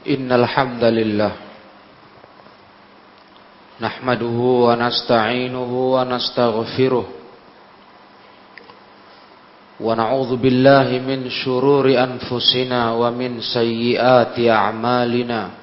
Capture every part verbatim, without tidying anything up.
Innal hamdalillah nahmaduhu wa nasta'inuhu wa nastaghfiruh wa na'udzu billahi min syururi anfusina wa min sayyiati a'malina.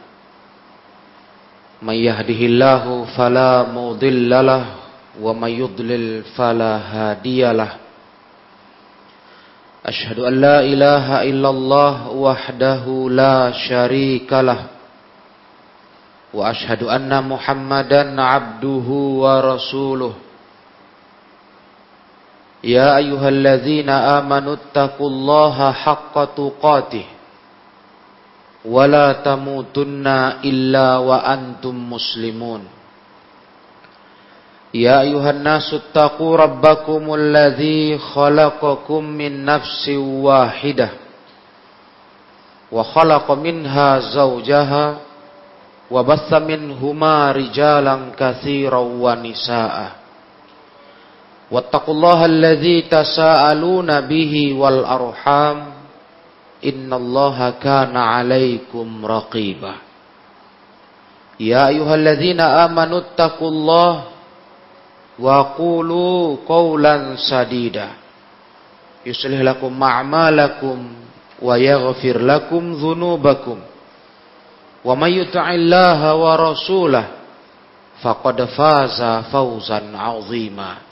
May yahdihillahu fala mudhillalah wa may yudlil fala hadiyalah. Asyhadu an la ilaha illallah wahdahu la syarikalah wa asyhadu anna Muhammadan abduhu wa rasuluh. Ya ayyuhalladzina amanu taqullaha haqqa tuqatih wa la tamutunna illa wa antum muslimun. Ya ayuhan nasu taqu rabbakumul ladzi khalaqakum min nafsin wahidah wa khalaqa minha zawjaha wa batha minhuma rijalan katsiran wa nisaa. Wattaqullaha alladzi tasaaluna bihi wal arham innallaha kana 'alaikum raqiba. Ya ayyuhalladzina amanu taqullaha wa qulu qawlan sadida yuslih lakum a'malakum wa yaghfir lakum dhunubakum wa may yuti'illaha wa rasulahu faqad faza fawzan 'azima.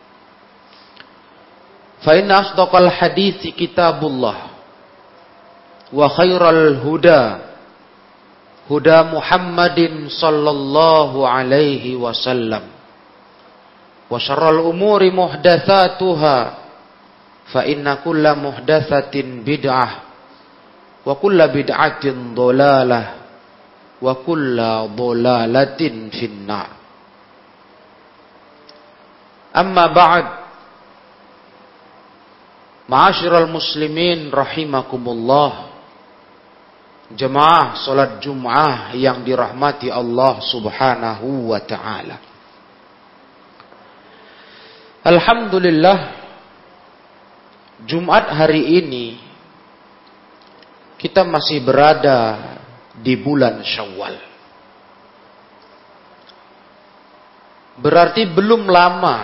Fa inna asdaqal hadithi kitabullah wa khairal huda huda Muhammadin sallallahu alaihi wasallam wa syarrul umuri muhdatsatuha fa inna kulla muhdatsatin bid'ah wa kulla bid'atin dhalalah wa kulla dhalalatin finnar. Amma ba'd, ma'asyiral muslimin rahimakumullah, jemaah salat Jumat yang dirahmati Allah Subhanahu wa taala. Alhamdulillah, Jumat hari ini kita masih berada di bulan Syawal. Berarti belum lama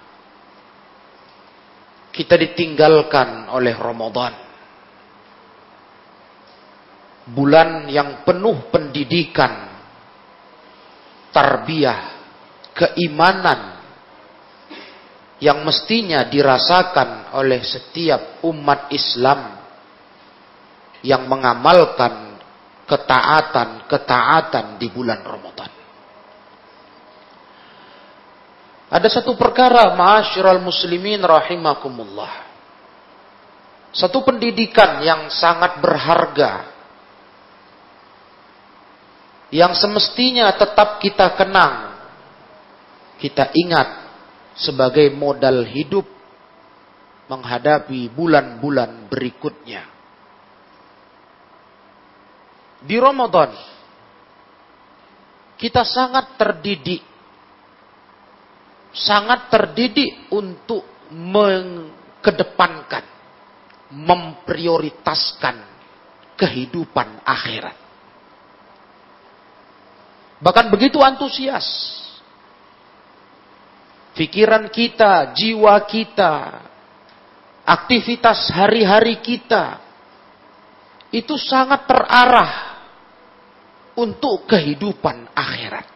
kita ditinggalkan oleh Ramadan. Bulan yang penuh pendidikan, tarbiyah, keimanan yang mestinya dirasakan oleh setiap umat Islam yang mengamalkan ketaatan-ketaatan di bulan Ramadan. Ada satu perkara, ma'asyiral muslimin rahimakumullah, satu pendidikan yang sangat berharga, yang semestinya tetap kita kenang, kita ingat sebagai modal hidup menghadapi bulan-bulan berikutnya. Di Ramadan kita sangat terdidik, sangat terdidik untuk mengedepankan, memprioritaskan kehidupan akhirat. Bahkan begitu antusias pikiran kita, jiwa kita, aktivitas hari-hari kita itu sangat terarah untuk kehidupan akhirat.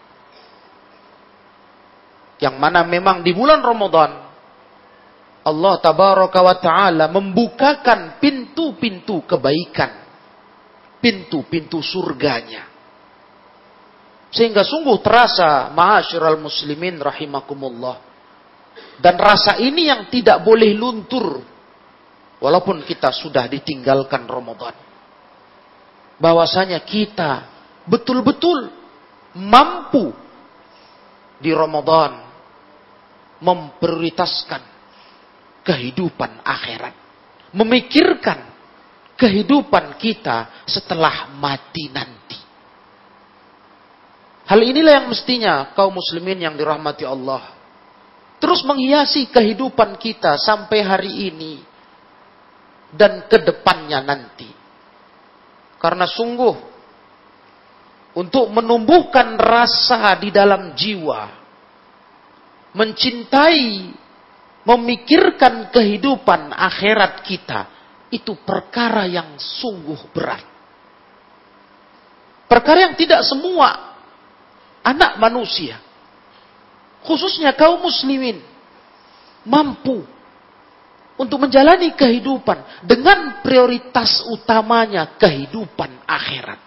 Yang mana memang di bulan Ramadan Allah tabaraka wa ta'ala membukakan pintu-pintu kebaikan, pintu-pintu surganya. Sehingga sungguh terasa, ma'asyiral muslimin rahimakumullah. Dan rasa ini yang tidak boleh luntur walaupun kita sudah ditinggalkan Ramadan. Bahwasanya kita betul-betul mampu di Ramadan memprioritaskan kehidupan akhirat, memikirkan kehidupan kita setelah mati nanti. Hal inilah yang mestinya kaum muslimin yang dirahmati Allah terus menghiasi kehidupan kita sampai hari ini dan ke depannya nanti. Karena sungguh untuk menumbuhkan rasa di dalam jiwa, mencintai, memikirkan kehidupan akhirat kita, itu perkara yang sungguh berat. Perkara yang tidak semua anak manusia, khususnya kaum muslimin, mampu untuk menjalani kehidupan dengan prioritas utamanya kehidupan akhirat.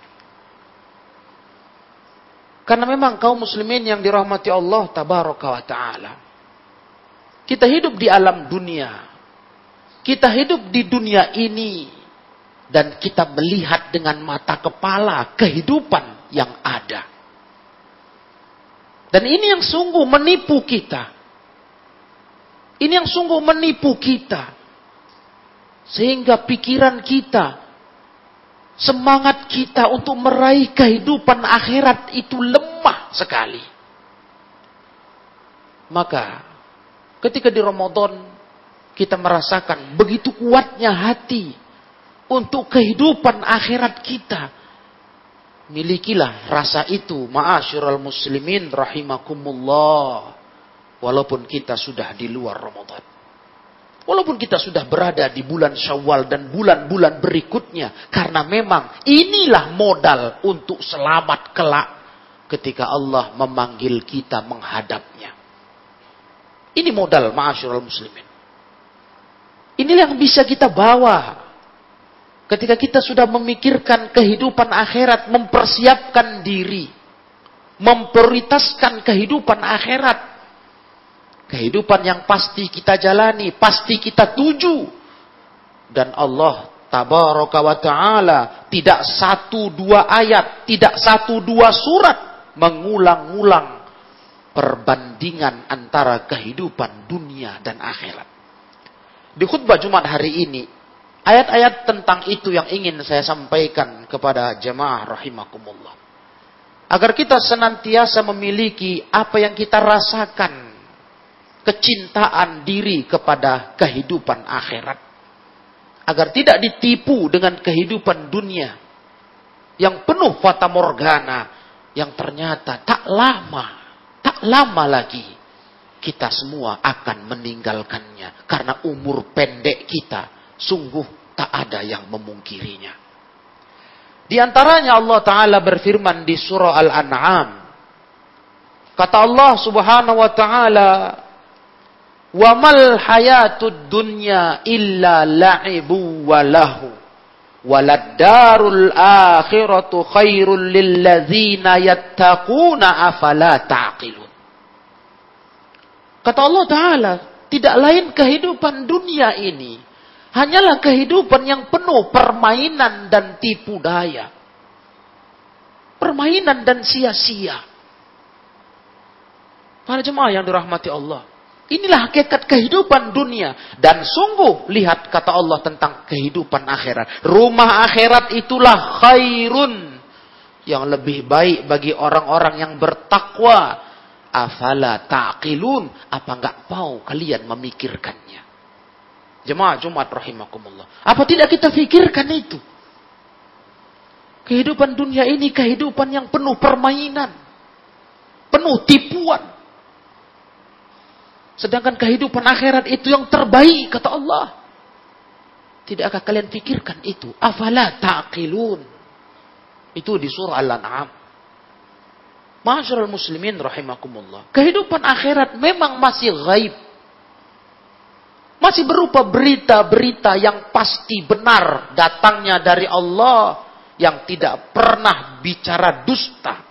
Karena memang kaum muslimin yang dirahmati Allah tabaraka wa ta'ala, kita hidup di alam dunia, kita hidup di dunia ini, dan kita melihat dengan mata kepala kehidupan yang ada. Dan ini yang sungguh menipu kita. Ini yang sungguh menipu kita. Sehingga pikiran kita, semangat kita untuk meraih kehidupan akhirat itu lemah sekali. Maka ketika di Ramadan kita merasakan begitu kuatnya hati untuk kehidupan akhirat kita, milikilah rasa itu, ma'asyiral muslimin rahimakumullah, walaupun kita sudah di luar Ramadan. Walaupun kita sudah berada di bulan Syawal dan bulan-bulan berikutnya. Karena memang inilah modal untuk selamat kelak ketika Allah memanggil kita menghadapnya. Ini modal, ma'asyiral muslimin. Inilah yang bisa kita bawa ketika kita sudah memikirkan kehidupan akhirat, mempersiapkan diri, memprioritaskan kehidupan akhirat. Kehidupan yang pasti kita jalani, pasti kita tuju. Dan Allah tabaraka wa ta'ala tidak satu dua ayat, tidak satu dua surat mengulang-ulang perbandingan antara kehidupan dunia dan akhirat. Di khutbah Jumat hari ini, ayat-ayat tentang itu yang ingin saya sampaikan kepada jemaah rahimakumullah. Agar kita senantiasa memiliki apa yang kita rasakan, kecintaan diri kepada kehidupan akhirat. Agar tidak ditipu dengan kehidupan dunia yang penuh fata morgana, yang ternyata tak lama, tak lama lagi kita semua akan meninggalkannya. Karena umur pendek kita sungguh tak ada yang memungkirinya. Di antaranya Allah Ta'ala berfirman di surah Al-An'am. Kata Allah Subhanahu wa Ta'ala, "Wa mal hayatud dunya illa la'ibu wa lahu walad darul akhiratu khairul lil ladzina yattaquna afala ta'qilun." Kata Allah Ta'ala, tidak lain kehidupan dunia ini hanyalah kehidupan yang penuh permainan dan tipu daya. Permainan dan sia-sia. Para jemaah yang dirahmati Allah, inilah hakikat kehidupan dunia. Dan sungguh, lihat kata Allah tentang kehidupan akhirat. Rumah akhirat itulah khairun, yang lebih baik bagi orang-orang yang bertakwa. Afala ta'qilun, apa enggak mau kalian memikirkannya? Jemaah Jumat rahimakumullah, apa tidak kita pikirkan itu? Kehidupan dunia ini kehidupan yang penuh permainan, penuh tipuan. Sedangkan kehidupan akhirat itu yang terbaik, kata Allah. Tidakkah kalian pikirkan itu? Afala ta'qilun. Itu di surah Al-An'am. Ma'asyiral muslimin rahimakumullah, kehidupan akhirat memang masih gaib. Masih berupa berita-berita yang pasti benar datangnya dari Allah, yang tidak pernah bicara dusta.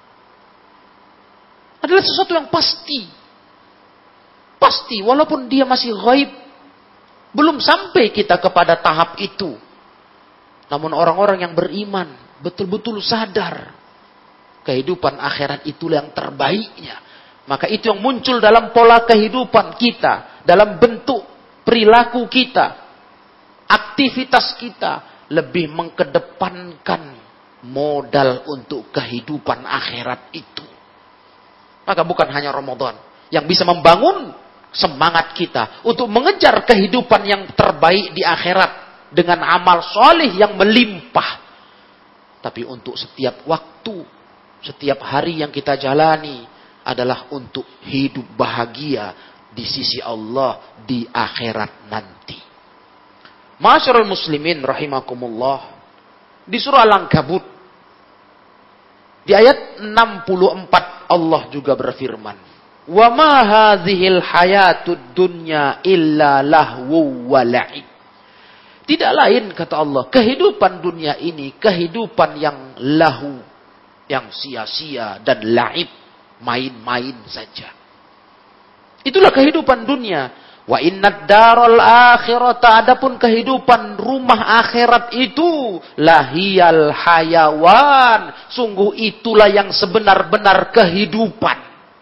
Adalah sesuatu yang pasti. Pasti, walaupun dia masih gaib. Belum sampai kita kepada tahap itu. Namun orang-orang yang beriman betul-betul sadar kehidupan akhirat itulah yang terbaiknya. Maka itu yang muncul dalam pola kehidupan kita, dalam bentuk perilaku kita, aktivitas kita, lebih mengkedepankan modal untuk kehidupan akhirat itu. Maka bukan hanya Ramadan yang bisa membangun semangat kita untuk mengejar kehidupan yang terbaik di akhirat dengan amal soleh yang melimpah. Tapi untuk setiap waktu Setiap hari yang kita jalani adalah untuk hidup bahagia di sisi Allah di akhirat nanti. Ma'asyiral muslimin rahimakumullah. Di surah Al-Ankabut di ayat enam puluh empat Allah juga berfirman, "Wa ma hadzihil hayatud dunya illa lahu wa la'ib." Tidak lain kata Allah, kehidupan dunia ini kehidupan yang lahu, yang sia-sia dan la'ib, main-main saja. Itulah kehidupan dunia. Wa innad daral akhirata, adapun kehidupan rumah akhirat itu lahiyal hayawan, sungguh itulah yang sebenar-benar kehidupan.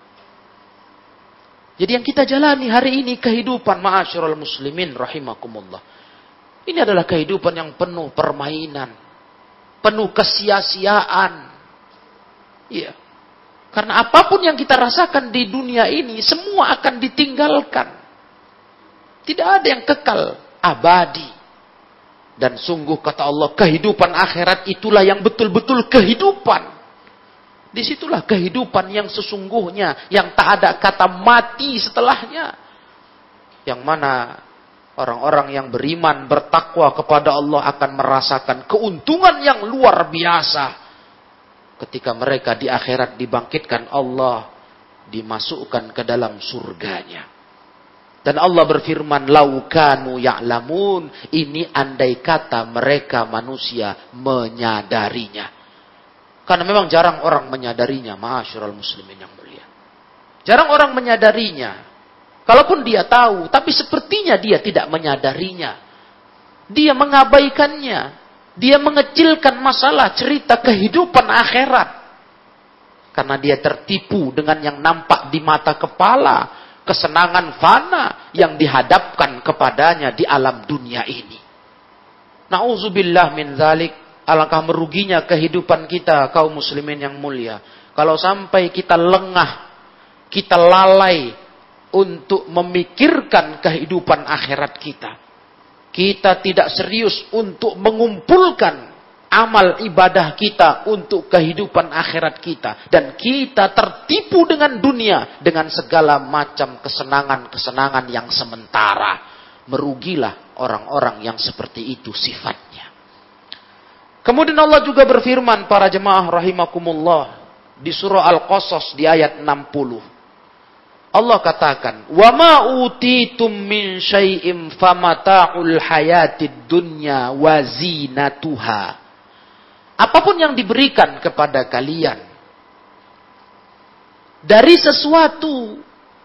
Jadi yang kita jalani hari ini kehidupan, ma'asyiral muslimin rahimakumullah. Ini adalah kehidupan yang penuh permainan, penuh kesia-siaan. Iya. Karena apapun yang kita rasakan di dunia ini semua akan ditinggalkan. Tidak ada yang kekal, abadi. Dan sungguh kata Allah, kehidupan akhirat itulah yang betul-betul kehidupan. Disitulah kehidupan yang sesungguhnya, yang tak ada kata mati setelahnya. Yang mana orang-orang yang beriman, bertakwa kepada Allah akan merasakan keuntungan yang luar biasa. Ketika mereka di akhirat dibangkitkan Allah, dimasukkan ke dalam surganya. Dan Allah berfirman, "Lau kanu ya'lamun." Ini andai kata mereka manusia menyadarinya. Karena memang jarang orang menyadarinya, ma'asyiral muslimin yang mulia. Jarang orang menyadarinya. Kalaupun dia tahu, tapi sepertinya dia tidak menyadarinya. Dia mengabaikannya. Dia mengecilkan masalah cerita kehidupan akhirat. Karena dia tertipu dengan yang nampak di mata kepala. Kesenangan fana yang dihadapkan kepadanya di alam dunia ini. Na'udzubillah min dzalik. Alangkah meruginya kehidupan kita kaum muslimin yang mulia. Kalau sampai kita lengah, kita lalai untuk memikirkan kehidupan akhirat kita. Kita tidak serius untuk mengumpulkan amal ibadah kita untuk kehidupan akhirat kita. Dan kita tertipu dengan dunia. Dengan segala macam kesenangan-kesenangan yang sementara. Merugilah orang-orang yang seperti itu sifatnya. Kemudian Allah juga berfirman, para jemaah rahimakumullah. Di surah Al-Qasas di ayat enam puluh. Allah katakan, "Wa ma utitum min syai'im famata'ul hayatid dunya wa zinatuha." Apapun yang diberikan kepada kalian dari sesuatu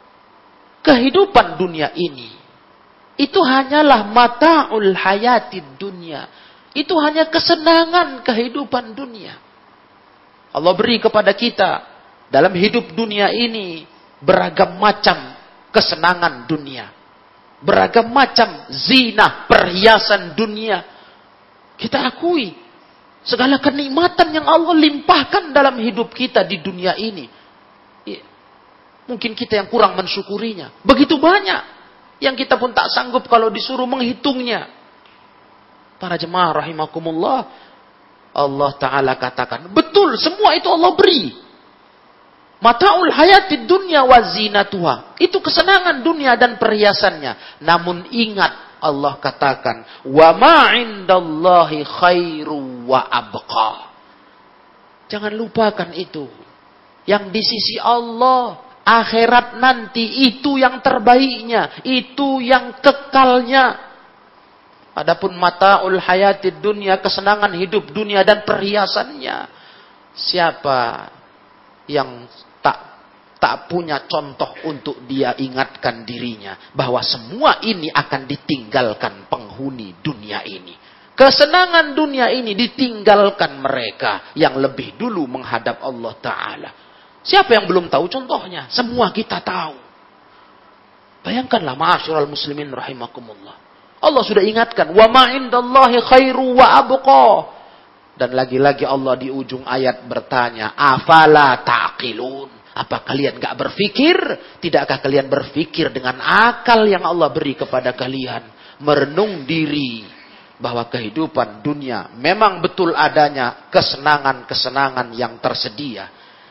kehidupan dunia ini, itu hanyalah mata'ul hayatid dunya. Itu hanya kesenangan kehidupan dunia. Allah beri kepada kita dalam hidup dunia ini beragam macam kesenangan dunia. Beragam macam zina, perhiasan dunia. Kita akui segala kenikmatan yang Allah limpahkan dalam hidup kita di dunia ini. Ya. Mungkin kita yang kurang mensyukurinya. Begitu banyak yang kita pun tak sanggup kalau disuruh menghitungnya. Para jemaah rahimakumullah, Allah Ta'ala katakan, betul semua itu Allah beri. Mata'ul hayatid dunya wa zinatuha. Itu kesenangan dunia dan perhiasannya. Namun ingat, Allah katakan, wa ma indallahi khairu wa abqa. Jangan lupakan itu. Yang di sisi Allah, akhirat nanti itu yang terbaiknya, itu yang kekalnya. Adapun mata'ul hayatid dunya, kesenangan hidup dunia dan perhiasannya. Siapa yang tak tak punya contoh untuk dia ingatkan dirinya bahwa semua ini akan ditinggalkan penghuni dunia ini. Kesenangan dunia ini ditinggalkan mereka yang lebih dulu menghadap Allah Ta'ala. Siapa yang belum tahu contohnya? Semua kita tahu. Bayangkanlah ma'asyiral muslimin rahimakumullah. Allah sudah ingatkan, wa ma indallahi khairu wa abqa. Dan lagi-lagi Allah di ujung ayat bertanya, afala taqilun? Apa kalian enggak berpikir? Tidakkah kalian berpikir dengan akal yang Allah beri kepada kalian? Merenung diri bahwa kehidupan dunia memang betul adanya kesenangan-kesenangan yang tersedia.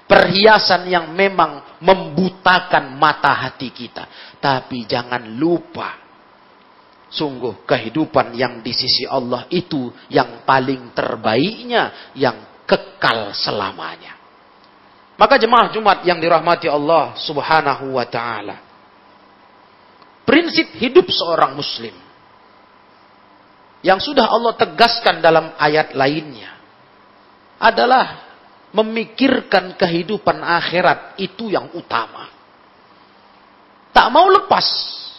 perhiasan yang memang membutakan mata hati kita. Tapi jangan lupa, sungguh kehidupan yang di sisi Allah itu yang paling terbaiknya, yang kekal selamanya. Maka jemaah Jumat yang dirahmati Allah Subhanahu wa ta'ala, prinsip hidup seorang muslim yang sudah Allah tegaskan dalam ayat lainnya adalah memikirkan kehidupan akhirat itu yang utama. Tak mau lepas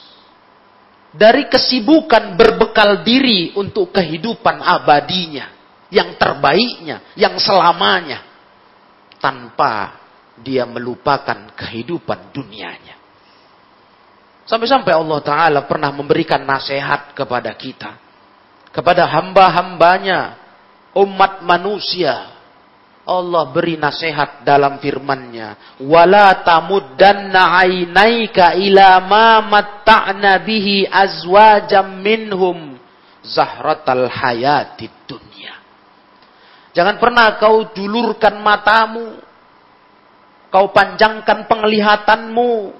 dari kesibukan berbekal diri untuk kehidupan abadinya, yang terbaiknya, yang selamanya, tanpa dia melupakan kehidupan dunianya. Sampai-sampai Allah Ta'ala pernah memberikan nasihat kepada kita, kepada hamba-hambanya, umat manusia. Allah beri nasihat dalam firman-Nya, "Wala tamuddanna 'ainaika ila ma matta'na bihi azwajam minhum zahratal hayatid dunya." Jangan pernah kau julurkan matamu, kau panjangkan penglihatanmu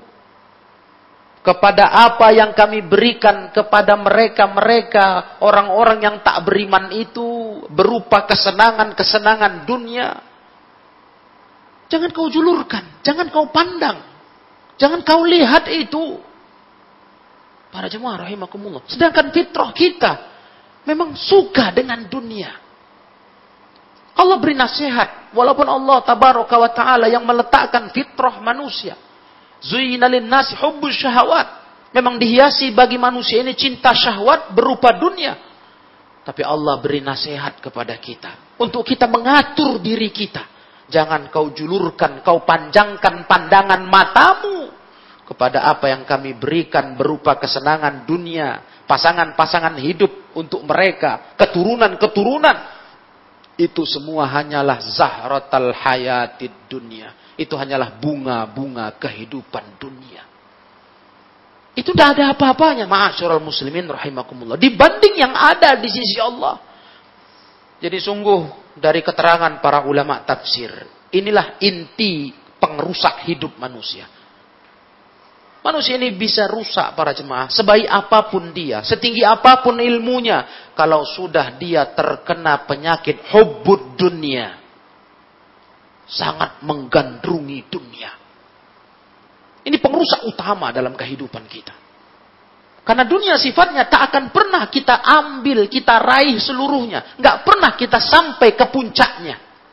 kepada apa yang kami berikan kepada mereka-mereka, orang-orang yang tak beriman itu, berupa kesenangan-kesenangan dunia. Jangan kau julurkan, jangan kau pandang, jangan kau lihat itu. Para jemaah rahimakumullah. Sedangkan fitrah kita memang suka dengan dunia. Allah beri nasihat, walaupun Allah tabaraka wa ta'ala yang meletakkan fitrah manusia. Zuyyina lin-nasi hubbus syahawat. Memang dihiasi bagi manusia ini cinta syahwat berupa dunia. Tapi Allah beri nasihat kepada kita untuk kita mengatur diri kita. Jangan kau julurkan, kau panjangkan pandangan matamu kepada apa yang kami berikan berupa kesenangan dunia, pasangan-pasangan hidup untuk mereka, keturunan-keturunan. Itu semua hanyalah zahratal hayatid dunia. Itu hanyalah bunga-bunga kehidupan dunia. Itu tidak ada apa-apanya, ma'asyiral muslimin rahimakumullah, dibanding yang ada di sisi Allah. Jadi sungguh dari keterangan para ulama tafsir, inilah inti pengrusak hidup manusia. Manusia ini bisa rusak para jemaah, sebaik apapun dia, setinggi apapun ilmunya, kalau sudah dia terkena penyakit hubbud dunia, sangat menggandrungi dunia. Ini pengrusak utama dalam kehidupan kita. Karena dunia sifatnya tak akan pernah kita ambil, kita raih seluruhnya. Nggak pernah kita sampai ke puncaknya.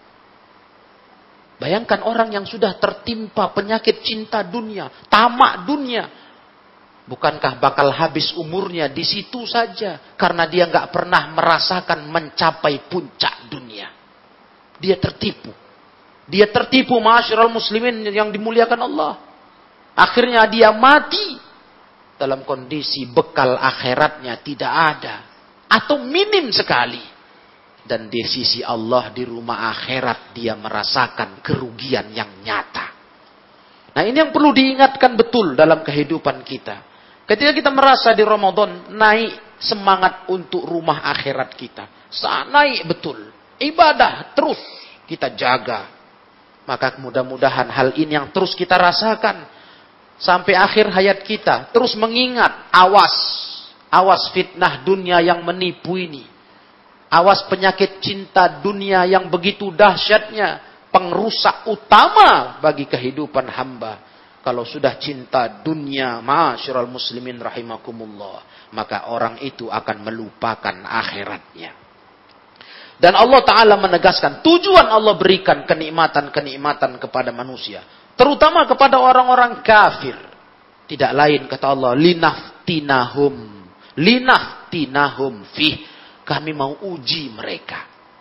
Bayangkan orang yang sudah tertimpa penyakit cinta dunia, tamak dunia. Bukankah bakal habis umurnya di situ saja? Karena dia nggak pernah merasakan mencapai puncak dunia. Dia tertipu. Dia tertipu, ma'asyiral muslimin yang dimuliakan Allah. Akhirnya dia mati dalam kondisi bekal akhiratnya tidak ada. Atau minim sekali. Dan di sisi Allah di rumah akhirat dia merasakan kerugian yang nyata. Nah ini yang perlu diingatkan betul dalam kehidupan kita. Ketika kita merasa di Ramadan naik semangat untuk rumah akhirat kita. Saat naik betul. Ibadah terus kita jaga. Maka mudah-mudahan hal ini yang terus kita rasakan sampai akhir hayat kita. Terus mengingat, awas, awas fitnah dunia yang menipu ini. Awas penyakit cinta dunia yang begitu dahsyatnya, pengrusak utama bagi kehidupan hamba. Kalau sudah cinta dunia, ma'asyiral muslimin rahimakumullah, maka orang itu akan melupakan akhiratnya. Dan Allah Ta'ala menegaskan, tujuan Allah berikan kenikmatan-kenikmatan kepada manusia. Terutama kepada orang-orang kafir. Tidak lain, kata Allah, linaftinahum. Linaftinahum fih. Kami mau uji mereka.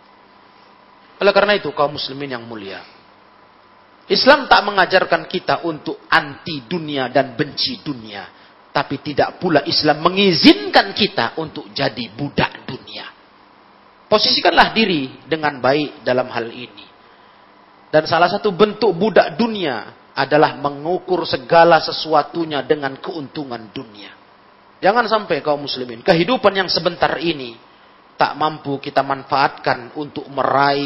Oleh karena itu, kaum muslimin yang mulia, Islam tak mengajarkan kita untuk anti dunia dan benci dunia. Tapi tidak pula Islam mengizinkan kita untuk jadi budak dunia. Posisikanlah diri dengan baik dalam hal ini. Dan salah satu bentuk budak dunia adalah mengukur segala sesuatunya dengan keuntungan dunia. Jangan sampai kaum muslimin, kehidupan yang sebentar ini tak mampu kita manfaatkan untuk meraih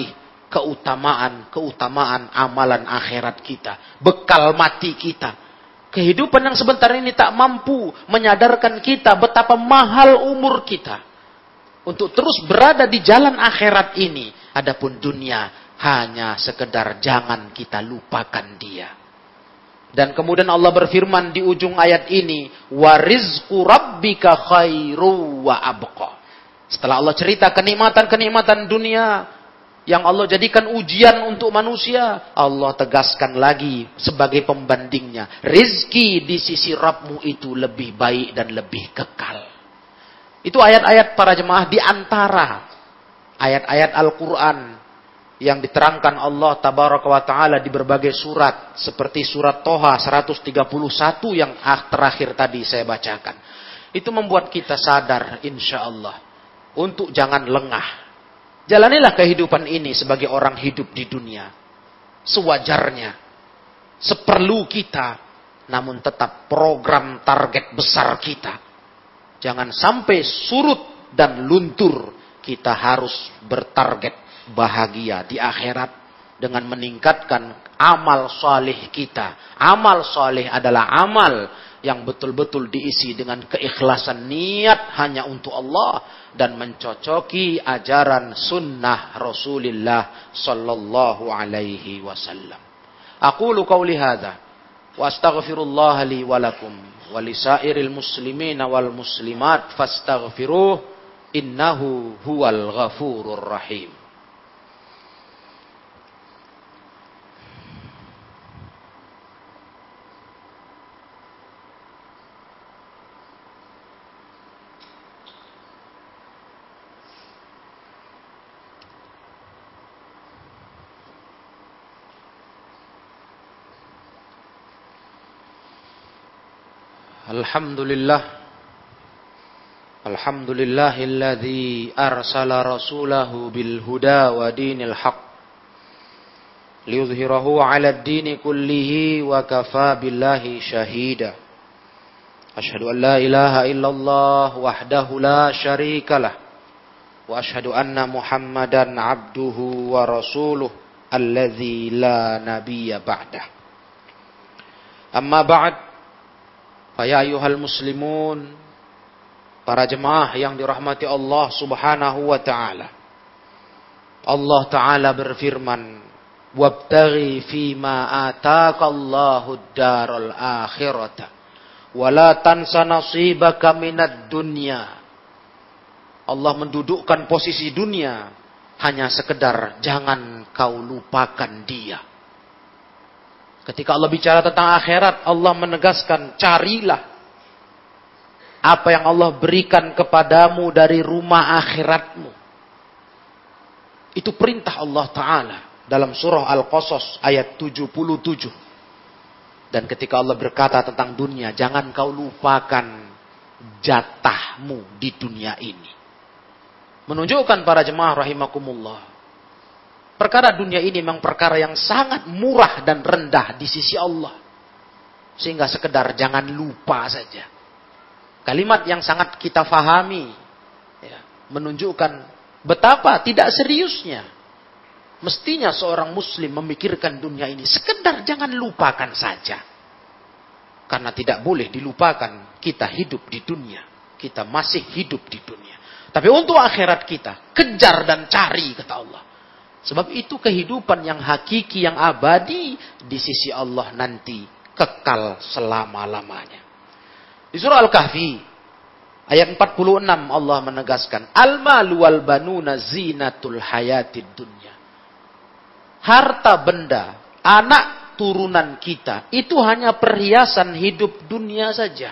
keutamaan-keutamaan amalan akhirat kita, bekal mati kita. Kehidupan yang sebentar ini tak mampu menyadarkan kita betapa mahal umur kita untuk terus berada di jalan akhirat ini. Adapun dunia hanya sekedar jangan kita lupakan dia. Dan kemudian Allah berfirman di ujung ayat ini, wa rizqu rabbika khairu wa abqa. Setelah Allah cerita kenikmatan-kenikmatan dunia yang Allah jadikan ujian untuk manusia, Allah tegaskan lagi sebagai pembandingnya, rizki di sisi Rabbmu itu lebih baik dan lebih kekal. Itu ayat-ayat para jemaah di antara ayat-ayat Al-Quran yang diterangkan Allah Tabaraka wa Ta'ala di berbagai surat, seperti surat Toha seratus tiga puluh satu yang terakhir tadi saya bacakan. Itu membuat kita sadar insya Allah untuk jangan lengah. Jalanilah kehidupan ini sebagai orang hidup di dunia sewajarnya, seperlu kita, namun tetap program target besar kita jangan sampai surut dan luntur. Kita harus bertarget bahagia di akhirat dengan meningkatkan amal saleh kita. Amal saleh adalah amal yang betul-betul diisi dengan keikhlasan niat hanya untuk Allah dan mencocoki ajaran sunnah Rasulullah sallallahu alaihi wasallam. Aqulu qauli hadza wa astaghfirullah li wa lakum wa lisairil muslimina wal muslimat fastaghfiruh innahu huwal ghafurur rahim. Alhamdulillah Alhamdulillahilladzi arsala rasulahu bil huda wa dinil haq liyudhhirahu 'ala ad-dini kullihi wa kafa billahi shahida. Asyhadu an la ilaha illallah wahdahu la syarikalah wa asyhadu anna Muhammadan 'abduhu wa rasuluh alladzi la nabiyya ba'dah. Amma ba'd. Ya ayuhal muslimun, para jemaah yang dirahmati Allah subhanahu wa ta'ala. Allah ta'ala berfirman, wabtaghi fima ataka Allahu ad-daral akhirata wa la tansa nasibaka minad dunya. Allah mendudukkan posisi dunia hanya sekedar jangan kau lupakan dia. Ketika Allah bicara tentang akhirat, Allah menegaskan, carilah apa yang Allah berikan kepadamu dari rumah akhiratmu. Itu perintah Allah Ta'ala dalam surah Al-Qasas ayat tujuh puluh tujuh. Dan ketika Allah berkata tentang dunia, jangan kau lupakan jatahmu di dunia ini. Menunjukkan para jemaah rahimakumullah, perkara dunia ini memang perkara yang sangat murah dan rendah di sisi Allah. Sehingga sekedar jangan lupa saja. Kalimat yang sangat kita fahami. Ya, menunjukkan betapa tidak seriusnya. Mestinya seorang muslim memikirkan dunia ini. Sekedar jangan lupakan saja. Karena tidak boleh dilupakan kita hidup di dunia. Kita masih hidup di dunia. Tapi untuk akhirat kita, kejar dan cari kata Allah. Sebab itu kehidupan yang hakiki, yang abadi di sisi Allah nanti kekal selama-lamanya. Di surah Al-Kahfi ayat empat puluh enam Allah menegaskan, al-malu wal banuna zinatul hayatid dunya. Harta benda, anak turunan kita itu hanya perhiasan hidup dunia saja.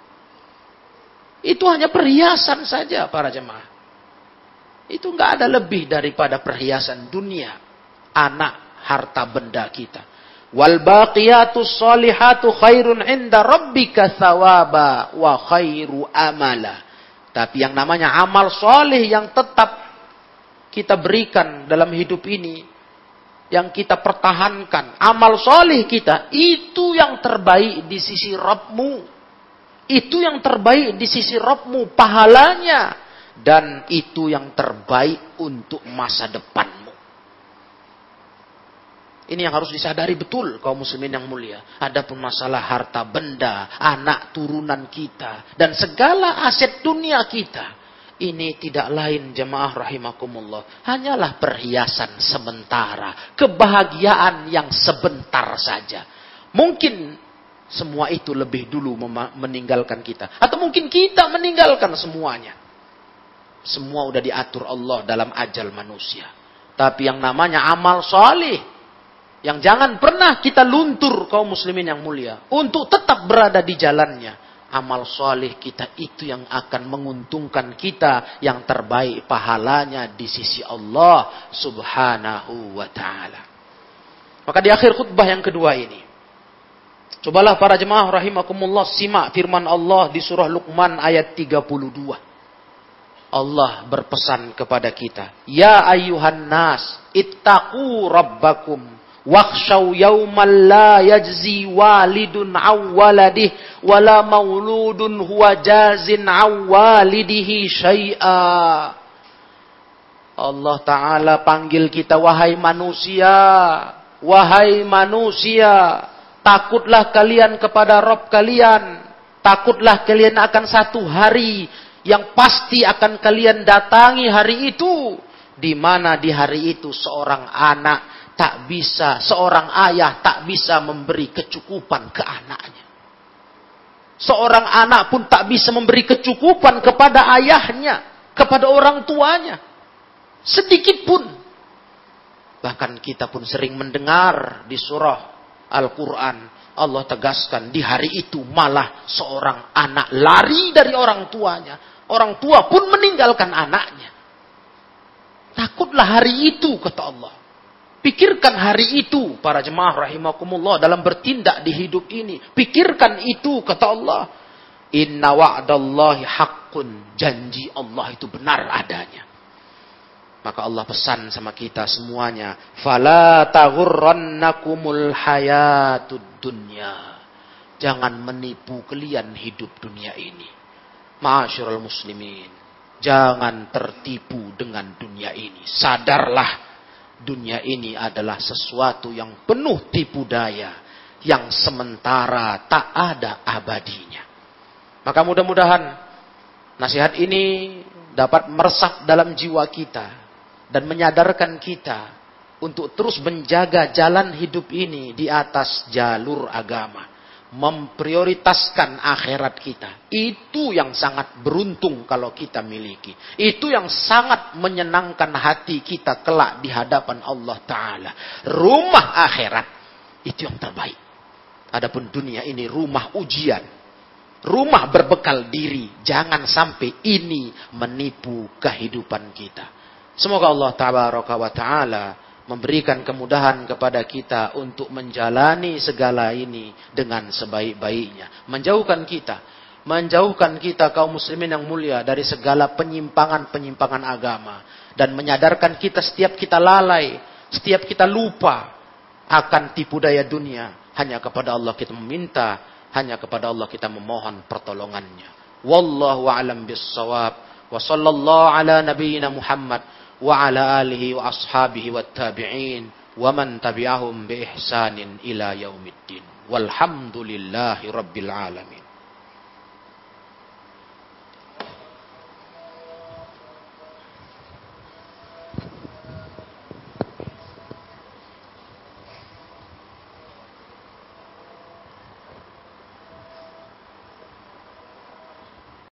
Itu hanya perhiasan saja para jemaah. Itu enggak ada lebih daripada perhiasan dunia. Anak, harta benda kita. Wal baqiyatus sholihatu khairun inda rabbika thawaba wa khairu amala. Tapi yang namanya amal soleh yang tetap kita berikan dalam hidup ini, yang kita pertahankan, amal soleh kita, itu yang terbaik di sisi Rabbmu. Itu yang terbaik di sisi Rabbmu, pahalanya. Dan itu yang terbaik untuk masa depanmu. Ini yang harus disadari betul kaum muslimin yang mulia. Adapun masalah harta benda, anak turunan kita, dan segala aset dunia kita, ini tidak lain jemaah rahimakumullah, hanyalah perhiasan sementara, kebahagiaan yang sebentar saja. Mungkin semua itu lebih dulu meninggalkan kita, atau mungkin kita meninggalkan semuanya. Semua udah diatur Allah dalam ajal manusia. Tapi yang namanya amal salih, yang jangan pernah kita luntur kaum muslimin yang mulia, untuk tetap berada di jalannya. Amal salih kita itu yang akan menguntungkan kita, yang terbaik pahalanya di sisi Allah subhanahu wa ta'ala. Maka di akhir khutbah yang kedua ini, cobalah para jemaah rahimakumullah simak firman Allah di surah Luqman ayat tiga puluh dua. Allah berpesan kepada kita, ya ayyuhan nas, ittaqu rabbakum, wakhshaw yawman la yajzi walidun an waladih, wala mauludun huwa jazin an walidihi syai'a. Allah Ta'ala panggil kita, wahai manusia, wahai manusia, takutlah kalian kepada Rabb kalian. Takutlah kalian akan satu hari yang pasti akan kalian datangi hari itu, di mana di hari itu seorang anak tak bisa, seorang ayah tak bisa memberi kecukupan ke anaknya. Seorang anak pun tak bisa memberi kecukupan kepada ayahnya, kepada orang tuanya, sedikit pun. Bahkan kita pun sering mendengar di surah Al-Quran, Allah tegaskan di hari itu malah seorang anak lari dari orang tuanya. Orang tua pun meninggalkan anaknya. Takutlah hari itu, kata Allah. Pikirkan hari itu, para jemaah rahimakumullah, dalam bertindak di hidup ini. Pikirkan itu, kata Allah. Inna wa'dallahi haqqun. Janji Allah itu benar adanya. Maka Allah pesan sama kita semuanya, fala taghurrannakumul hayatud dunya. Jangan menipu kalian hidup dunia ini. Ma'asyiral muslimin, jangan tertipu dengan dunia ini. Sadarlah, dunia ini adalah sesuatu yang penuh tipu daya, yang sementara, tak ada abadinya. Maka mudah-mudahan nasihat ini dapat meresap dalam jiwa kita dan menyadarkan kita untuk terus menjaga jalan hidup ini di atas jalur agama. Memprioritaskan akhirat kita. Itu yang sangat beruntung kalau kita miliki. Itu yang sangat menyenangkan hati kita kelak di hadapan Allah Ta'ala. Rumah akhirat, itu yang terbaik. Adapun dunia ini rumah ujian. Rumah berbekal diri. Jangan sampai ini menipu kehidupan kita. Semoga Allah Tabaraka wa Ta'ala memberikan kemudahan kepada kita untuk menjalani segala ini dengan sebaik-baiknya. Menjauhkan kita, menjauhkan kita kaum muslimin yang mulia dari segala penyimpangan-penyimpangan agama. Dan menyadarkan kita setiap kita lalai, setiap kita lupa akan tipu daya dunia. Hanya kepada Allah kita meminta, hanya kepada Allah kita memohon pertolongannya. Wallahu a'lam bis-shawab. Wa sallallahu ala nabiyyina Muhammad wa ala alihi wa ashabihi wa tabi'in wa man tabi'ahum bi ihsanin ila yaumiddin walhamdulillahi rabbil alamin.